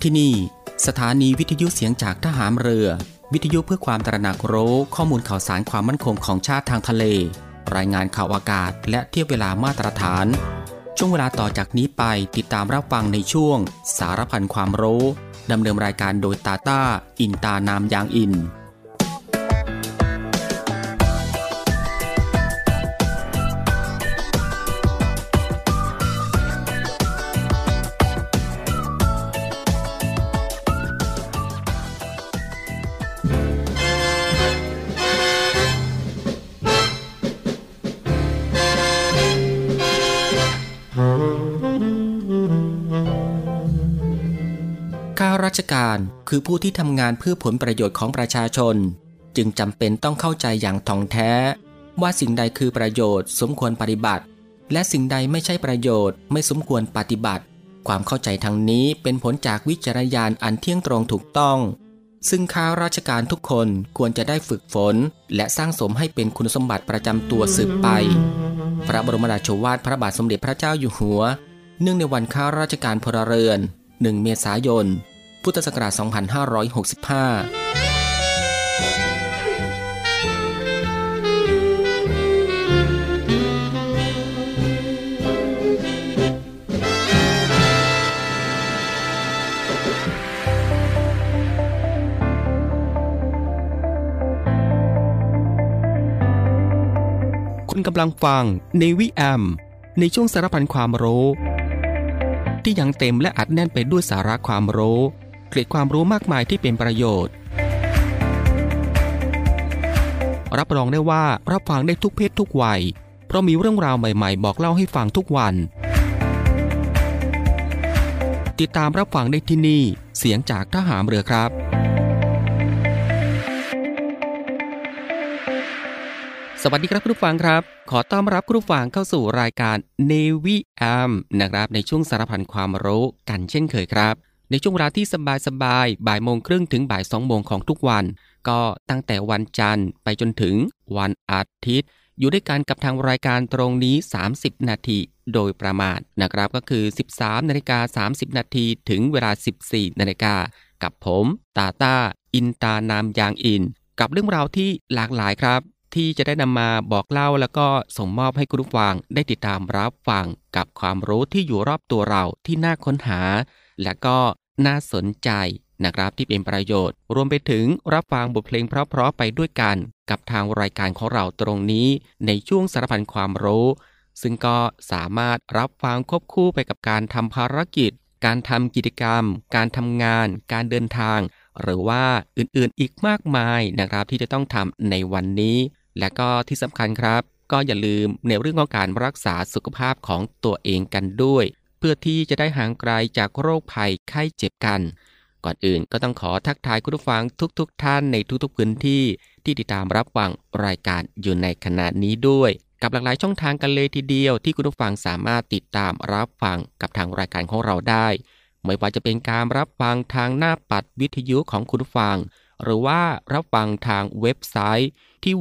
ที่นี่สถานีวิทยุเสียงจากทหารเรือวิทยุเพื่อความตระหนักรู้ข้อมูลข่าวสารความมั่นคงของชาติทางทะเลรายงานข่าวอากาศและเทียบเวลามาตรฐานช่วงเวลาต่อจากนี้ไปติดตามรับฟังในช่วงสารพันความรู้ดำเนินรายการโดยตาต้าอินตานามยางอินข้าราชการคือผู้ที่ทำงานเพื่อผลประโยชน์ของประชาชนจึงจำเป็นต้องเข้าใจอย่างถ่องแท้ว่าสิ่งใดคือประโยชน์สมควรปฏิบัติและสิ่งใดไม่ใช่ประโยชน์ไม่สมควรปฏิบัติความเข้าใจทางนี้เป็นผลจากวิจารณญาณอันเที่ยงตรงถูกต้องซึ่งข้าราชการทุกคนควรจะได้ฝึกฝนและสร้างสมให้เป็นคุณสมบัติประจำตัวสืบไปพระบรมราโชวาทพระบาทสมเด็จพระเจ้าอยู่หัวเนื่องในวันข้าราชการพลเรือน1 เมษายนพุทธศักราช 2565 คุณกำลังฟัง Navy AM ในช่วงสารพันความรู้ที่ยังเต็มและอัดแน่นไปด้วยสาระความรู้เกร็ดความรู้มากมายที่เป็นประโยชน์รับรองได้ว่ารับฟังได้ทุกเพศทุกวัยเพราะมีเรื่องราวใหม่ๆบอกเล่าให้ฟังทุกวันติดตามรับฟังได้ที่นี่เสียงจากทหารเรือครับสวัสดีครับคุณผู้ฟังครับขอต้อนรับคุณผู้ฟังเข้าสู่รายการ Navy AM นะครับในช่วงสารพันความรู้กันเช่นเคยครับในช่วงเวลาที่สบายๆ บ่ายโมงครึ่งถึงบ่าย2โมงของทุกวันก็ตั้งแต่วันจันทร์ไปจนถึงวันอาทิตย์อยู่ด้วยกันกับทางรายการตรงนี้30นาทีโดยประมาณนะครับก็คือ 13:30 นาทีถึงเวลา 14 นาฬิกากับผมตาต้าอินตานามยางอินกับเรื่องราวที่หลากหลายครับที่จะได้นำมาบอกเล่าแล้วก็ส่งมอบให้คุณผู้ฟังได้ติดตามรับฟังกับความรู้ที่อยู่รอบตัวเราที่น่าค้นหาและก็น่าสนใจนะครับที่เป็นประโยชน์รวมไปถึงรับฟังบทเพลงเพราะๆไปด้วยกันกับทางรายการของเราตรงนี้ในช่วงสารพันความรู้ซึ่งก็สามารถรับฟังควบคู่ไปกับการทำภารกิจการทำกิจกรรมการทำงานการเดินทางหรือว่าอื่นๆอีกมากมายนะครับที่จะต้องทำในวันนี้และก็ที่สำคัญครับก็อย่าลืมในเรื่องของการรักษาสุขภาพของตัวเองกันด้วยเพื่อที่จะได้ห่างไกลจากโรคภัยไข้เจ็บกันก่อนอื่นก็ต้องขอทักทายคุณผู้ฟังทุกท่านในทุกๆพื้นที่ที่ติดตามรับฟังรายการอยู่ในขณะนี้ด้วยกับหลากหลายช่องทางกันเลยทีเดียวที่คุณผู้ฟังสามารถติดตามรับฟังกับทางรายการของเราได้ไม่ว่าจะเป็นการรับฟังทางหน้าปัดวิทยุของคุณผู้ฟังหรือว่ารับฟังทางเว็บไซต์ที่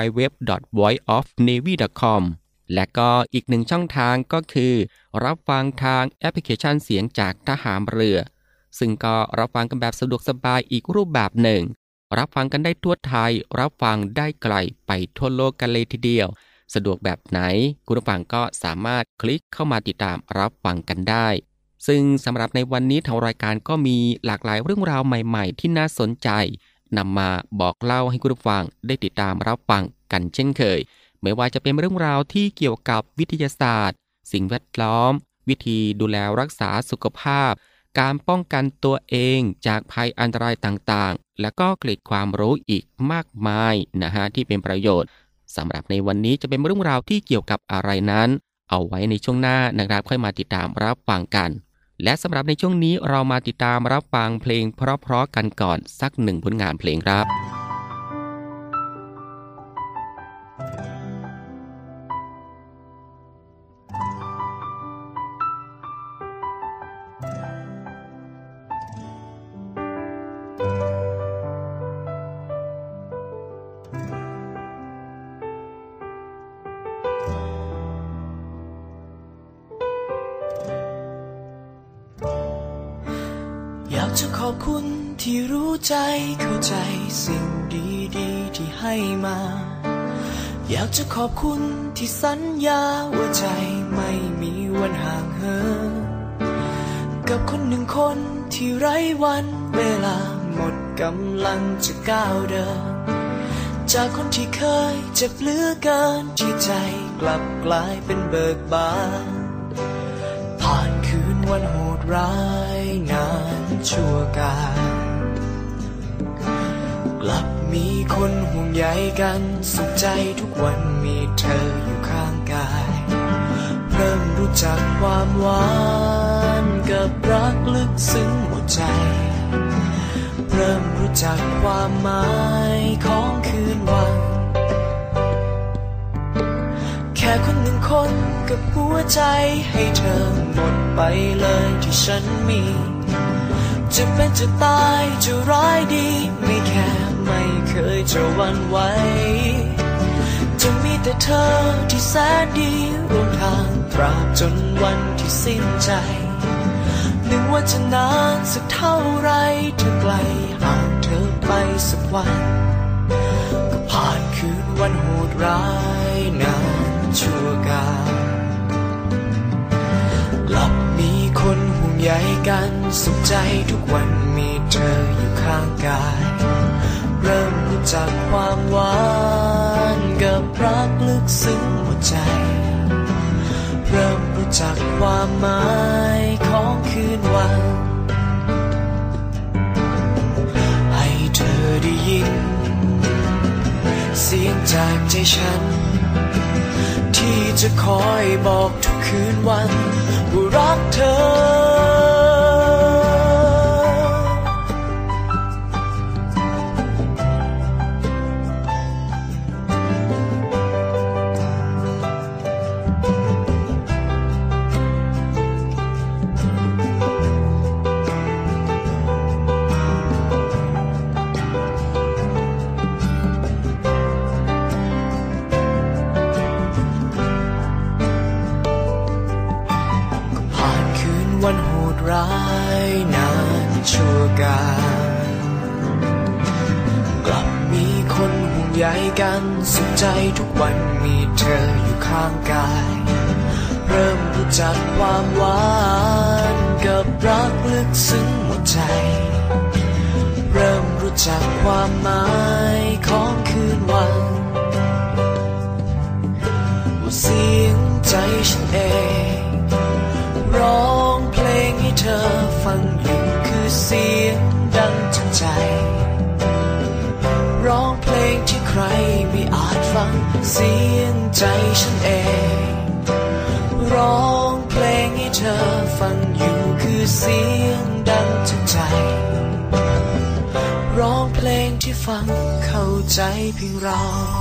www.voiceofnavy.com และก็อีกหนึ่งช่องทางก็คือรับฟังทางแอปพลิเคชันเสียงจากทหารเรือซึ่งก็รับฟังกันแบบสะดวกสบายอีกรูปแบบหนึ่งรับฟังกันได้ทั่วไทยรับฟังได้ไกลไปทั่วโลกกันเลยทีเดียวสะดวกแบบไหนคุณผู้ฟังก็สามารถคลิกเข้ามาติดตามรับฟังกันได้ซึ่งสำหรับในวันนี้ทางรายการก็มีหลากหลายเรื่องราวใหม่ๆที่น่าสนใจนำมาบอกเล่าให้คุณผู้ฟังได้ติดตามรับฟังกันเช่นเคยไม่ว่าจะเป็นเรื่องราวที่เกี่ยวกับวิทยาศาสตร์สิ่งแวดล้อมวิธีดูแลรักษาสุขภาพการป้องกันตัวเองจากภัยอันตรายต่างๆและก็เกร็ดความรู้อีกมากมายนะฮะที่เป็นประโยชน์สำหรับในวันนี้จะเป็นเรื่องราวที่เกี่ยวกับอะไรนั้นเอาไว้ในช่วงหน้านะครับค่อยมาติดตามรับฟังกันและสำหรับในช่วงนี้เรามาติดตามรับฟังเพลงเพราะๆกันก่อนสักหนึ่งผลงานเพลงครับอยากจะขอบคุณที่รู้ใจเข้าใจสิ่งดีๆที่ให้มาอยากจะขอบคุณที่สัญญาว่าใจไม่มีวันห่างเหินกับคนหนึ่งคนที่ไร้วันเวลาหมดกำลังจะก้าวเดินจากคนที่เคยเจ็บเหลือเกินที่ใจกลับกลายเป็นเบิกบานผ่านคืนวันโหดร้ายนานชั่วกาลกลับมีคนห่วงใยกันสุขใจทุกวันมีเธออยู่ข้างกายเริ่มรู้จักความหวานกับรักลึกซึ้งหมดใจเริ่มรู้จักความหมายของคืนวันแค่คนหนึ่งคนกับหัวใจให้เธอหมดไปเลยที่ฉันมีจะเป็นจะตายจะร้ายดีไม่แค่ไม่เคยจะหวั่นไหวจะมีแต่เธอที่แสนดีร่วมทางตราบจนวันที่สิ้นใจนึกว่าจะนานสักเท่าไรเธอไกลห่างเธอไปสักวันก็ผ่านคืนวันโหดร้ายนานชั่วกาลกลับมีคนห่วงใยกันสุขใจทุกวันมีเธออยู่ข้างกายเริ่มรู้จักความหวานกับรักลึกซึ้งหัวใจเริ่มรู้จักความหมายของคืนวันให้เธอได้ยินเสียงจากใจฉันที่จะคอยบอกทุกคืนวันว่ารักเธอวันโหดร้ายนานชั่วกาลกลับมีคนห่วงใยกันสุขใจทุกวันมีเธออยู่ข้างกายเริ่มรู้จักความหวานกับรักลึกซึ้งหมดใจเริ่มรู้จักความหมายของคืนวันว่าเสียงใจฉันเองร้องเพลงให้เธอฟังอยู่คือเสียงดังจากใจร้องเพลงที่ใครไม่อาจฟังเสียงใจฉันเองร้องเพลงให้เธอฟังอยู่คือเสียงดังจากใจร้องเพลงที่ฟังเข้าใจเพียงเรา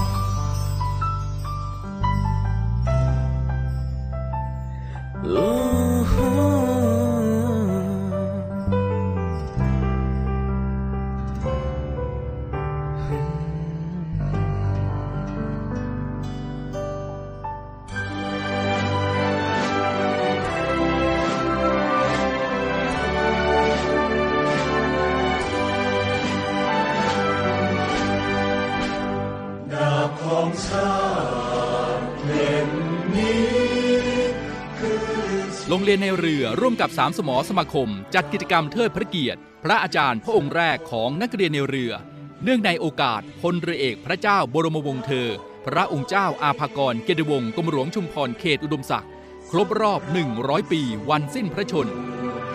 โรงเรียนในเรือร่วมกับ3สมสมาคมจัดกิจกรรมเทิดพระเกียรติพระอาจารย์พระองค์แรกของนักเรียนในเรือเนื่องในโอกาสพลเรือเอกพระเจ้าบรมวงศ์เธอพระองค์เจ้าอาภากรเกยรติวงศ์กรมหลวงชุมพรเขตอุดมศักดิ์ครบรอบ100 ปีวันสิ้นพระชนม์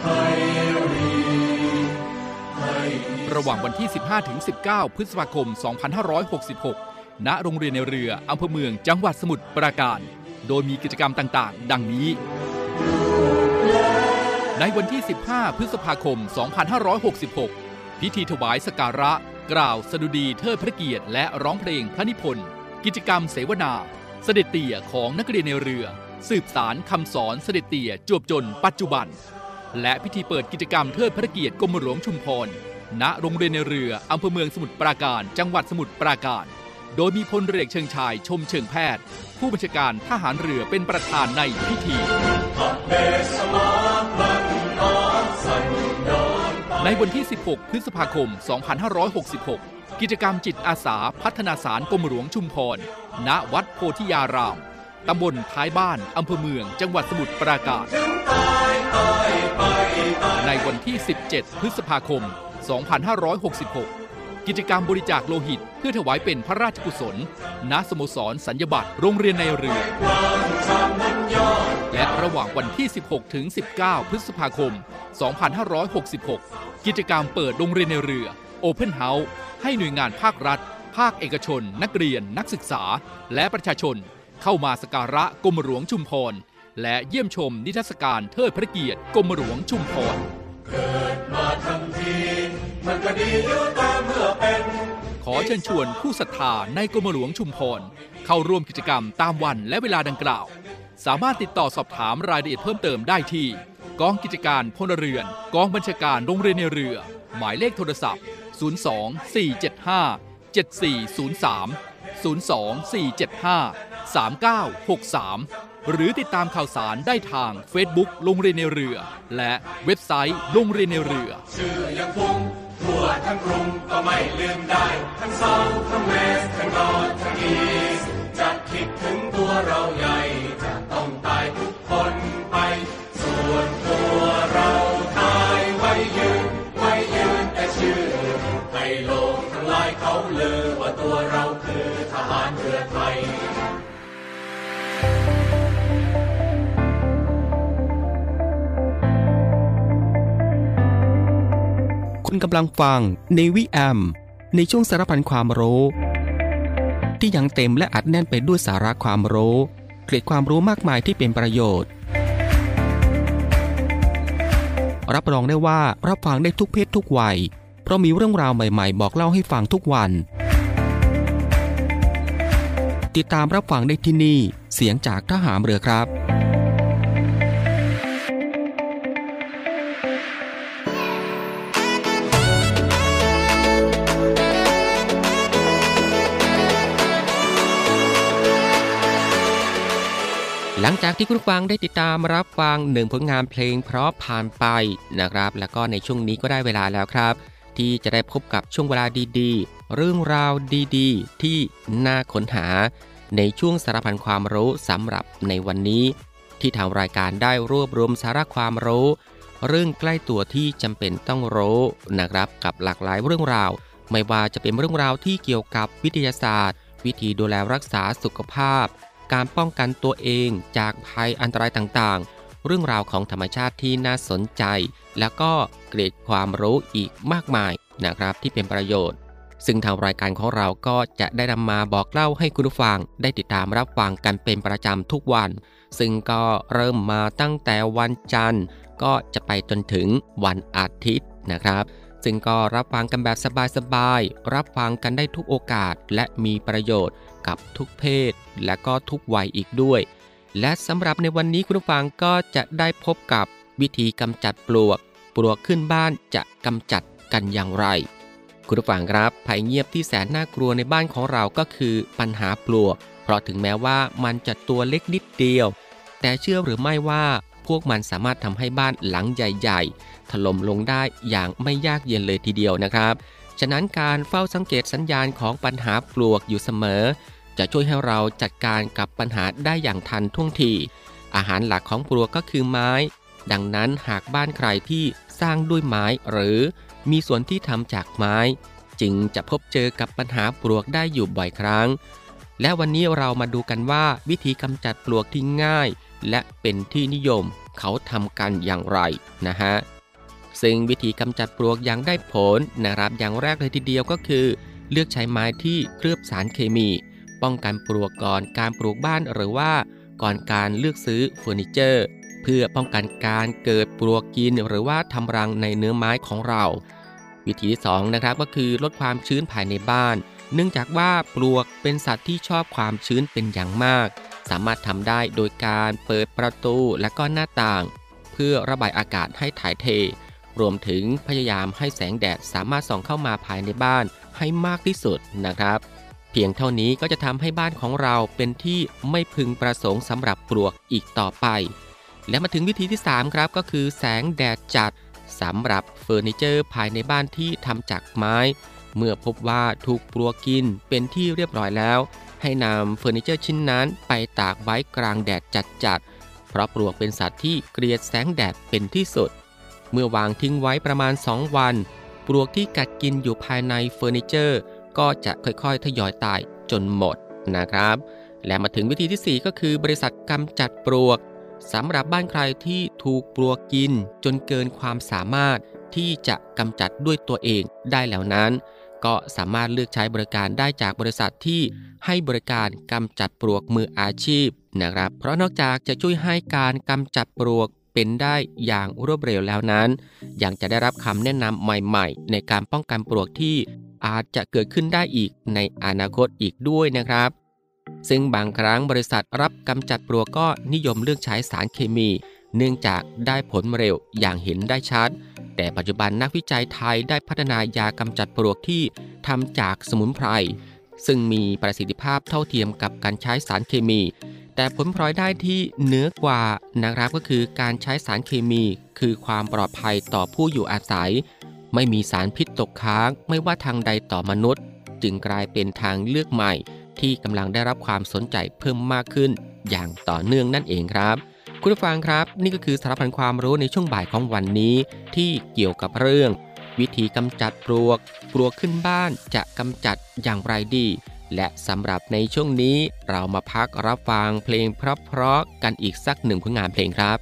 ระหว่างวันที่ 15-19 พฤษภาคม 2566 ณ โรงเรียนในเรืออำเภอเมืองจังหวัดสมุทรปราการโดยมีกิจกรรมต่างๆดังนี้ในวันที่ 15 พฤษภาคม 2566 พิธีถวายสักการะกล่าวสดุดีเทิดพระเกียรติและร้องเพลงพระนิพนธ์กิจกรรมเสวนาเสด็จเตี่ยของนักเรียนในเรือสืบสารคำสอนเสด็จเตี่ยจวบจนปัจจุบันและพิธีเปิดกิจกรรมเทิดพระเกียรติกรมหลวงชุมพรณ โรงเรียนในเรืออำเภอเมืองสมุทรปราการจังหวัดสมุทรปราการโดยมีพลเรือเอกเชิงชายชมเชิงแพทย์ผู้บัญชาการทหารเรือเป็นประธานในพิธีในวันที่ 16 พฤษภาคม 2566 กิจกรรมจิตอาสาพัฒนาสารกรมหลวงชุมพร ณ วัดโพธิยาราม ตำบลท้ายบ้าน อำเภอเมือง จังหวัดสมุทรปราการ ในวันที่ 17 พฤษภาคม 2566 กิจกรรมบริจาคโลหิตเพื่อถวายเป็นพระราชกุศล ณ สโมสรสัญญบัตรโรงเรียนในเรือ และระหว่างวันที่ 16 ถึง 19 พฤษภาคม 2566 กิจกรรมเปิดโรงเรียนในเรือ Open House ให้หน่วยงานภาครัฐ ภาคเอกชน นักเรียน นักศึกษา และประชาชนเข้ามาสักการะกรมหลวงชุมพร และเยี่ยมชมนิทรรศการเทิดพระเกียรติกรมหลวงชุมพรเกิดมาทั้งทีมันก็ดีอยู่แต่เมื่อเป็นขอเชิญชวนผู้ศรัทธาในกรมหลวงชุมพรเข้าร่วมกิจกรรมตามวันและเวลาดังกล่าว สามารถติดต่อสอบถามรายละเอียดเพิ่มเติมได้ที่กองกิจการพลเรือนกองบัญชาการโรงเรียนในเรือ หมายเลขโทรศัพท์ 02-475-7403 หรือติดตามข่าวสารได้ทาง Facebook โรงเรียนในเรือ และเว็บไซต์โรงเรียนในเรือชื่อยังคงทั่วทั้งกรุงก็ไม่ลืมได้ ทั้งเซาท์ทั้งเวสต์ทั้งนอร์ททั้งอีสต์จะคิดถึงตัวเราใหญ่จะต้องตายทุกคนไป ส่วนตัวเราตายไว้ยืนแต่ชื่อให้โลกทั้งหลายเขาลือว่าตัวเราคือทหารเรือไทยคุณกำลังฟัง Navy AM ในช่วงสารพันความรู้ที่ยังเต็มและอัดแน่นไปด้วยสาระความรู้เกร็ดความรู้มากมายที่เป็นประโยชน์รับรองได้ว่ารับฟังได้ทุกเพศทุกวัยเพราะมีเรื่องราวใหม่ๆบอกเล่าให้ฟังทุกวันติดตามรับฟังได้ที่นี่เสียงจากทหารเรือครับหลังจากที่คุณฟังได้ติดตามรับฟังหนึ่งผลงานเพลงเพราะผ่านไปนะครับแล้วก็ในช่วงนี้ก็ได้เวลาแล้วครับที่จะได้พบกับช่วงเวลาดีๆเรื่องราวดีๆที่น่าค้นหาในช่วงสารพันความรู้สำหรับในวันนี้ที่ทางรายการได้รวบรวมสาระความรู้เรื่องใกล้ตัวที่จำเป็นต้องรู้นะครับกับหลากหลายเรื่องราวไม่ว่าจะเป็นเรื่องราวที่เกี่ยวกับวิทยาศาสตร์วิธีดูแลรักษาสุขภาพการป้องกันตัวเองจากภัยอันตรายต่างๆเรื่องราวของธรรมชาติที่น่าสนใจแล้วก็เกร็ดความรู้อีกมากมายนะครับที่เป็นประโยชน์ซึ่งทางรายการของเราก็จะได้นำมาบอกเล่าให้คุณผู้ฟังได้ติดตามรับฟังกันเป็นประจำทุกวันซึ่งก็เริ่มมาตั้งแต่วันจันทร์ก็จะไปจนถึงวันอาทิตย์นะครับซึ่งก็รับฟังกันแบบสบายๆรับฟังกันได้ทุกโอกาสและมีประโยชน์กับทุกเพศและก็ทุกวัยอีกด้วยและสำหรับในวันนี้คุณผู้ฟังก็จะได้พบกับวิธีกำจัดปลวกขึ้นบ้านจะกำจัดกันอย่างไรคุณผู้ฟังครับภัยเงียบที่แสนน่ากลัวในบ้านของเราก็คือปัญหาปลวกเพราะถึงแม้ว่ามันจะตัวเล็กนิดเดียวแต่เชื่อหรือไม่ว่าพวกมันสามารถทำให้บ้านหลังใหญ่ๆถล่มลงได้อย่างไม่ยากเย็นเลยทีเดียวนะครับฉะนั้นการเฝ้าสังเกตสัญญาณของปัญหาปลวกอยู่เสมอจะช่วยให้เราจัดการกับปัญหาได้อย่างทันท่วงทีอาหารหลักของปลวกก็คือไม้ดังนั้นหากบ้านใครที่สร้างด้วยไม้หรือมีส่วนที่ทำจากไม้จึงจะพบเจอกับปัญหาปลวกได้อยู่บ่อยครั้งและวันนี้เรามาดูกันว่าวิธีกำจัดปลวกที่ง่ายและเป็นที่นิยมเขาทำกันอย่างไรนะฮะซึ่งวิธีกำจัดปลวกอย่างได้ผลนะครับอย่างแรกเลยทีเดียวก็คือเลือกใช้ไม้ที่เคลือบสารเคมีป้องกันปลวกก่อนการปลูกบ้านหรือว่าก่อนการเลือกซื้อเฟอร์นิเจอร์เพื่อป้องกันการเกิดปลวกกินหรือว่าทำรังในเนื้อไม้ของเราวิธีที่2นะครับก็คือลดความชื้นภายในบ้านเนื่องจากว่าปลวกเป็นสัตว์ที่ชอบความชื้นเป็นอย่างมากสามารถทำได้โดยการเปิดประตูและก็หน้าต่างเพื่อระบายอากาศให้ถ่ายเทรวมถึงพยายามให้แสงแดดสามารถส่องเข้ามาภายในบ้านให้มากที่สุดนะครับเพียงเท่านี้ก็จะทำให้บ้านของเราเป็นที่ไม่พึงประสงค์สำหรับปลวกอีกต่อไปและมาถึงวิธีที่3ครับก็คือแสงแดดจัดสำหรับเฟอร์นิเจอร์ภายในบ้านที่ทำจากไม้เมื่อพบว่าถูกปลวกกินเป็นที่เรียบร้อยแล้วให้นำเฟอร์นิเจอร์ชิ้นนั้นไปตากไว้กลางแดดจัดๆเพราะปลวกเป็นสัตว์ที่เกลียดแสงแดดเป็นที่สุดเมื่อวางทิ้งไว้ประมาณ2 วันปลวกที่กัดกินอยู่ภายในเฟอร์นิเจอร์ก็จะค่อยๆทยอยตายจนหมดนะครับและมาถึงวิธีที่4ก็คือบริษัทกำจัดปลวกสำหรับบ้านใครที่ถูกปลวกกินจนเกินความสามารถที่จะกำจัดด้วยตัวเองได้แล้วนั้นก็สามารถเลือกใช้บริการได้จากบริษัทที่ให้บริการกำจัดปลวกมืออาชีพนะครับเพราะนอกจากจะช่วยให้การกำจัดปลวกเป็นได้อย่างรวดเร็วแล้วนั้นยังจะได้รับคำแนะนำใหม่ๆในการป้องกันปลวกที่อาจจะเกิดขึ้นได้อีกในอนาคตอีกด้วยนะครับซึ่งบางครั้งบริษัทรับกำจัดปลวกก็นิยมเลือกใช้สารเคมีเนื่องจากได้ผลเร็วอย่างเห็นได้ชัดแต่ปัจจุบันนักวิจัยไทยได้พัฒนายากำจัดปลวกที่ทำจากสมุนไพรซึ่งมีประสิทธิภาพเท่าเทียมกับการใช้สารเคมีแต่ผลพลอยได้ที่เหนือกว่านะครับก็คือการใช้สารเคมีคือความปลอดภัยต่อผู้อยู่อาศัยไม่มีสารพิษตกค้างไม่ว่าทางใดต่อมนุษย์จึงกลายเป็นทางเลือกใหม่ที่กำลังได้รับความสนใจเพิ่มมากขึ้นอย่างต่อเนื่องนั่นเองครับคุณผู้ฟังครับนี่ก็คือสารพันความรู้ในช่วงบ่ายของวันนี้ที่เกี่ยวกับเรื่องวิธีกำจัดปลวกขึ้นบ้านจะกำจัดอย่างไรดีและสำหรับในช่วงนี้เรามาพักรับฟังเพลงเพราะๆกันอีกสักหนึ่งผลงานเพลงครับ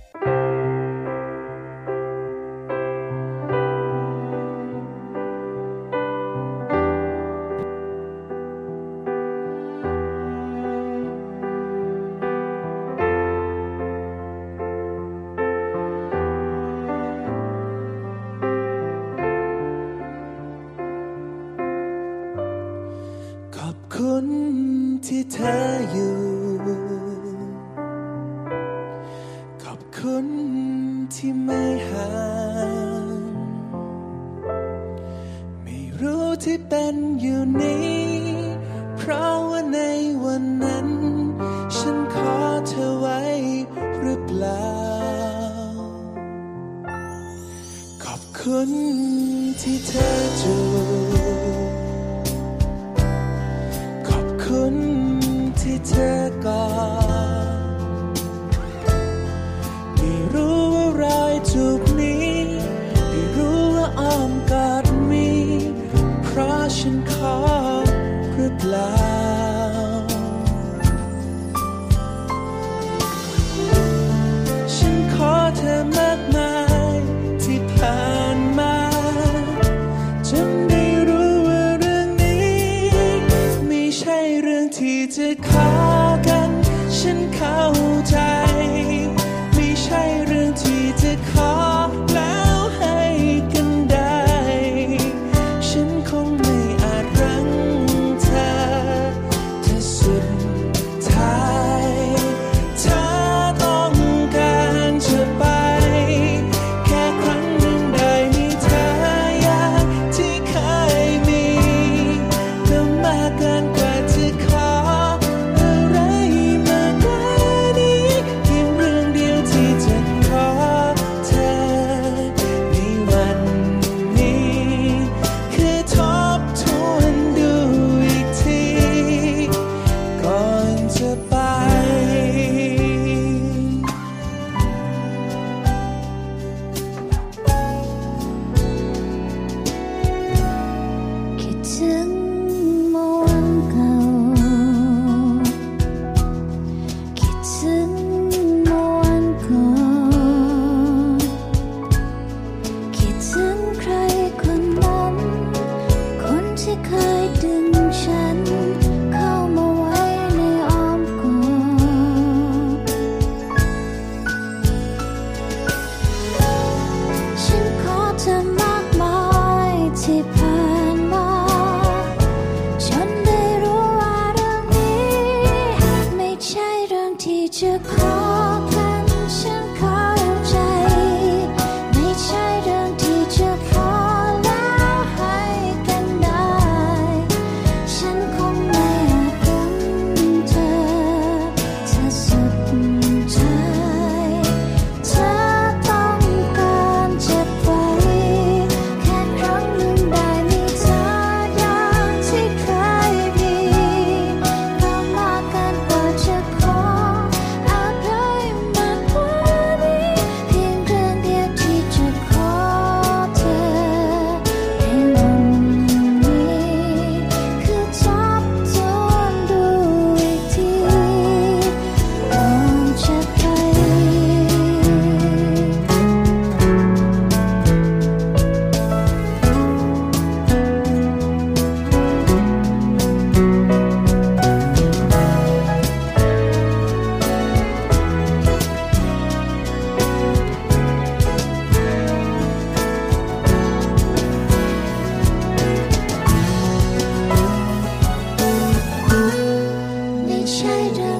คนที่เธออยู่ขอบคุณที่ไม่ห่างไม่รู้ที่เป็นอยู่นี้เพราะว่าในวันนั้นฉันขอเธอไว้หรือเปล่าขอบคุณที่เธออยู่คุณที่เธอกอดไม่รู้ว่ารอยจูบนี้ไม่รู้ว่าอ้อมกอดมีเพราะฉันขอหรือเปล่าฉันขอเธอมากมายที่ผ่านมาจนได้รู้ว่าเรื่องนี้ไม่ใช่เรื่องที่จะขอกันฉันเข้าใจไม่ใช่เรื่องที่จะขอแล้วให้กันได้ฉันคงไม่อาจรั้งเธอถ้าสุดท้ายเธอต้องการจะไปแค่ครั้งหนึ่งได้มีเธออย่างที่เคยมีก็มากเกินกว่าจะขออะไรมากกว่านี้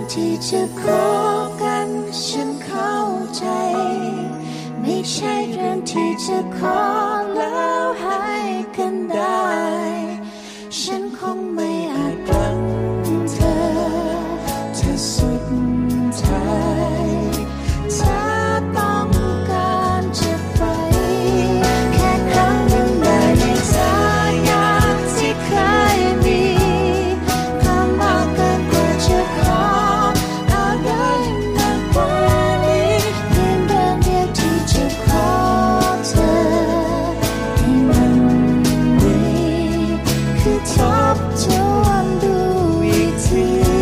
ที่จะขอกันฉันเข้าใจไม่ใช่เรื่องที่จะขอแล้วให้กันได้ฉันคงไม่อาจรักเธอสุดท้ายถ้าต้องการจะไปแค่ครั้งหนึ่งได้ในสายงานที่เคยมีความมากเกินกว่าจะขออะไรมากกว่านี้เพียงเรื่องเดียวที่จะขอเธอให้มันดีคือทบทวนดูอีกที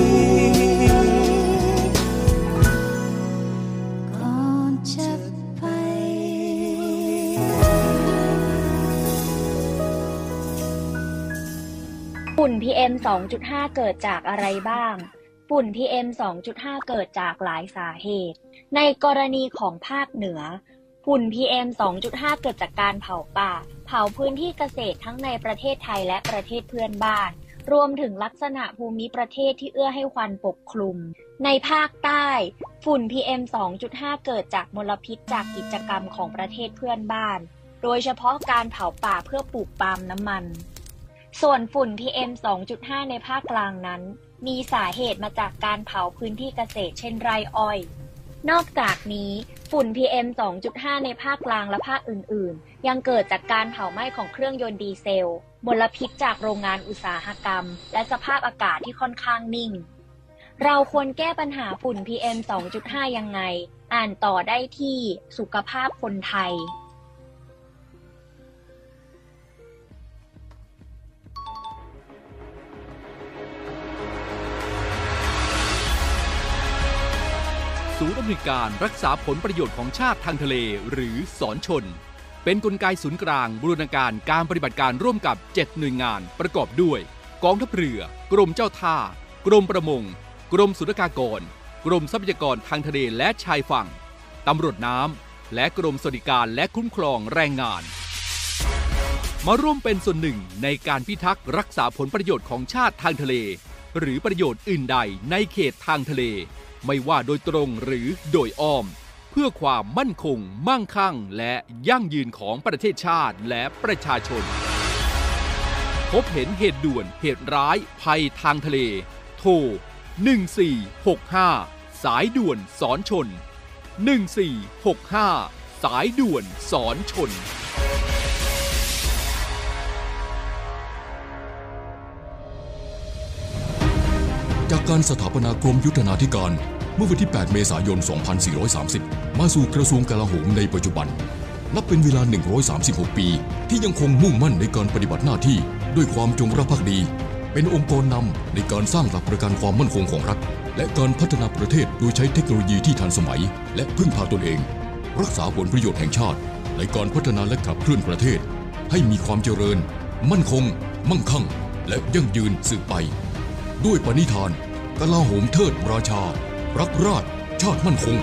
ฝุ่น PM 2.5 เกิดจากอะไรบ้าง ฝุ่น PM 2.5 เกิดจากหลายสาเหตุ ในกรณีของภาคเหนือฝุ่น PM 2.5 เกิดจากการเผาป่า เผาพื้นที่เกษตรทั้งในประเทศไทยและประเทศเพื่อนบ้าน รวมถึงลักษณะภูมิประเทศที่เอื้อให้ควันปกคลุม ในภาคใต้ฝุ่น PM 2.5 เกิดจากมลพิษจากกิจกรรมของประเทศเพื่อนบ้าน โดยเฉพาะการเผาป่าเพื่อปลูกปาล์มน้ำมันส่วนฝุ่น PM 2.5 ในภาคกลางนั้นมีสาเหตุมาจากการเผาพื้นที่เกษตรเช่นไร่อ้อยนอกจากนี้ฝุ่น PM 2.5 ในภาคกลางและภาคอื่นๆยังเกิดจากการเผาไหม้ของเครื่องยนต์ดีเซลมลพิษจากโรงงานอุตสาหกรรมและสภาพอากาศที่ค่อนข้างนิ่งเราควรแก้ปัญหาฝุ่น PM 2.5 ยังไงอ่านต่อได้ที่สุขภาพคนไทยศูนย์อำนวยการรักษาผลประโยชน์ของชาติทางทะเลหรือศรชนเป็นกลไกศูนย์กลางบูรณาการการปฏิบัติการร่วมกับ7หน่วยงานประกอบด้วยกองทัพเรือกรมเจ้าท่ากรมประมงกรมศุลกากรกรมทรัพยากรทางทะเลและชายฝั่งตำรวจน้ำและกรมสวัสดิการและคุ้มครองแรงงานมาร่วมเป็นส่วนหนึ่งในการพิทักษ์รักษาผลประโยชน์ของชาติทางทะเลหรือประโยชน์อื่นใดในเขตทางทะเลไม่ว่าโดยตรงหรือโดยอ้อมเพื่อความมั่นคงมั่งคั่งและยั่งยืนของประเทศชาติและประชาชนพบเห็นเหตุด่วนเหตุร้ายภัยทางทะเลโทร1465สายด่วนสอนชน1465สายด่วนสอนชนจากการสถาปนากรมยุทธนาธิการเมื่อวันที่ 8 เมษายน 2430 มาสู่กระทรวงกลาโหมในปัจจุบันนับเป็นเวลา 136 ปีที่ยังคงมุ่งมั่นในการปฏิบัติหน้าที่ด้วยความจงรักภักดีเป็นองค์กรนำในการสร้างหลักประกันความมั่นคงของรัฐและการพัฒนาประเทศโดยใช้เทคโนโลยีที่ทันสมัยและพึ่งพาตนเองรักษาผลประโยชน์แห่งชาติในการพัฒนาและขับเคลื่อนประเทศให้มีความเจริญมั่นคงมั่งคั่งและยั่งยืนสืบไปด้วยปณิธานกลาโหมเทิดราชารักราชชาติมั่นคง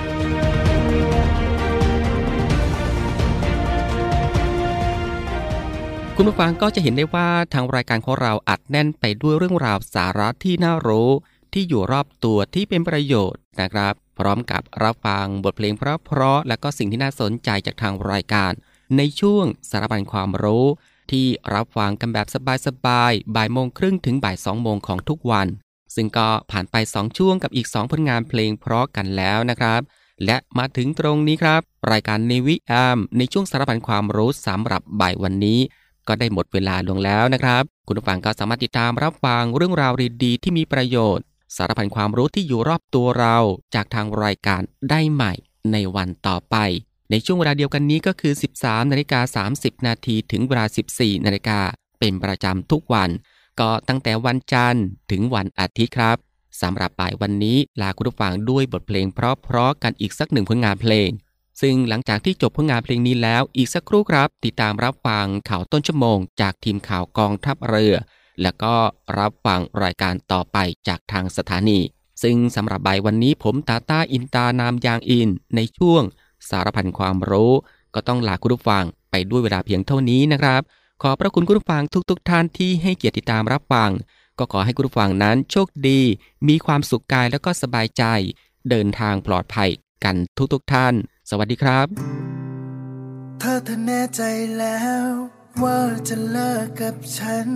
คุณผู้ฟังก็จะเห็นได้ว่าทางรายการของเราอัดแน่นไปด้วยเรื่องราวสาระที่น่ารู้ที่อยู่รอบตัวที่เป็นประโยชน์นะครับพร้อมกับรับฟังบทเพลงเพราะๆและก็สิ่งที่น่าสนใจจากทางรายการในช่วงสารพันความรู้ที่รับฟังกันแบบสบายๆบ่ายโมงครึ่งถึงบ่าย2โมงของทุกวันซึ่งก็ผ่านไป2ช่วงกับอีก2ผลงานเพลงเพราะกันแล้วนะครับและมาถึงตรงนี้ครับรายการเนวิแอมในช่วงสารพันความรู้สำหรับบ่ายวันนี้ก็ได้หมดเวลาลงแล้วนะครับคุณผู้ฟังก็สามารถติดตามรับฟังเรื่องราวดีๆที่มีประโยชน์สารพันความรู้ที่อยู่รอบตัวเราจากทางรายการได้ใหม่ในวันต่อไปในช่วงเวลาเดียวกันนี้ก็คือ 13:30 นาทีถึงเวลา 14 นาฬิกาเป็นประจำทุกวันก็ตั้งแต่วันจันทร์ถึงวันอาทิตย์ครับสำหรับบ่ายวันนี้ลาคุณผู้ฟังด้วยบทเพลงเพราะๆกันอีกสักหนึ่งผลงานเพลงซึ่งหลังจากที่จบผลงานเพลงนี้แล้วอีกสักครู่ครับติดตามรับฟังข่าวต้นชั่วโมงจากทีมข่าวกองทัพเรือแล้วก็รับฟังรายการต่อไปจากทางสถานีซึ่งสำหรับบ่ายวันนี้ผมตาต้าอินตานามยางอินในช่วงสารพันความรู้ก็ต้องลาคุณผู้ฟังไปด้วยเวลาเพียงเท่านี้นะครับขอพระคุณคุณผู้ฟังทุกท่านที่ให้เกียรติติดตามรับฟังก็ขอให้คุณผู้ฟังนั้นโชคดีมีความสุขกายแล้วก็สบายใจเดินทางปลอดภัยกันทุกท่านสวัสดีครับถ้าเธอแน่ใจแล้วว่าจะเลิกกับฉัน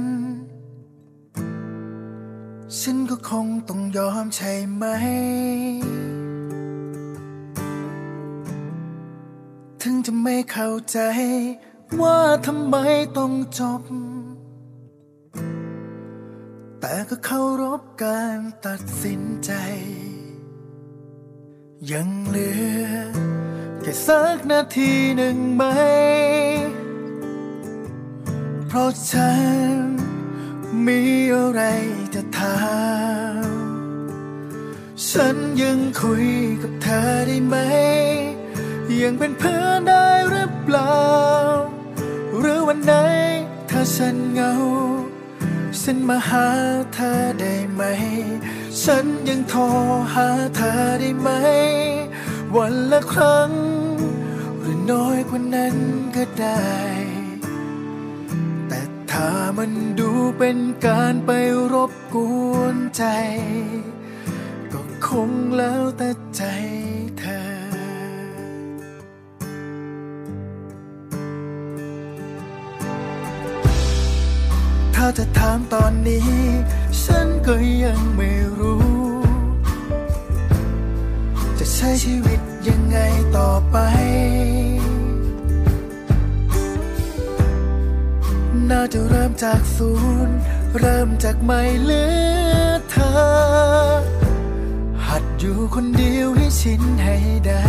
ก็คงต้องยอมใช่ไหมถึงจะไม่เข้าใจว่าทำไมต้องจบแต่ก็เคารพการตัดสินใจยังเหลือแค่สักนาทีหนึ่งไหมเพราะฉันมีอะไรจะถามฉันยังคุยกับเธอได้ไหมยังเป็นเพื่อนได้หรือเปล่าหรือวันไหนถ้าฉันเหงาฉันมาหาเธอได้ไหมฉันยังโทรหาเธอได้ไหมวันละครั้งหรือน้อยกว่านั้นก็ได้แต่ถ้ามันดูเป็นการไปรบกวนใจก็คงแล้วแต่ใจเธอถ้าจะถามตอนนี้ฉันก็ยังไม่รู้จะใช้ชีวิตยังไงต่อไปน่าจะเริ่มจากศูนย์เริ่มจากไม่เหลือเธอหัดอยู่คนเดียวให้ชินให้ได้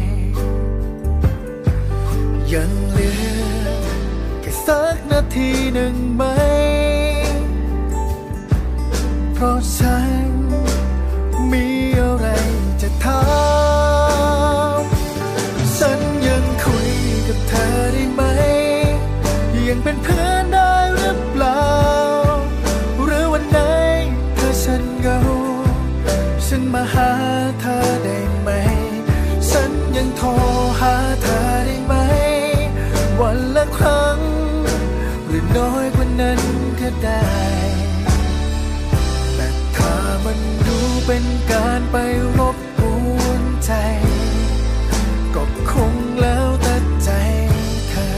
ยังเหลือแค่สักนาทีหนึ่งไหมเพราะฉันมีอะไรจะถามฉันยังคุยกับเธอได้ไหมยังเป็นเพื่อนได้หรือเปล่าหรือวันไหนถ้าฉันเหงาฉันมาหาเธอได้ไหมฉันยังโทรหาเธอได้ไหมวันละครั้งหรือน้อยกว่านั้นก็ได้แต่ถ้ามันดูเป็นการไปรบกวนใจก็คงแล้วแต่ใจเธอ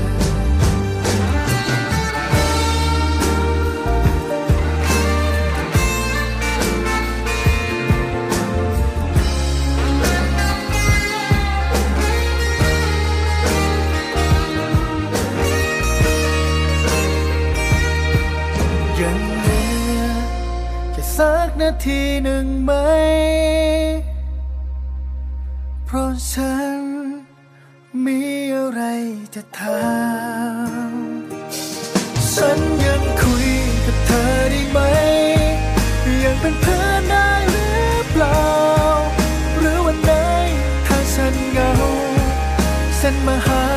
ยังเหลือแค่สักนาทีหนึ่งไหมเพราะฉันมีอะไรจะถามฉันยังคุยกับเธอได้ไหมยังเป็นเพื่อนได้หรือเปล่าหรือวันไหนถ้าฉันเหงาฉันมาหา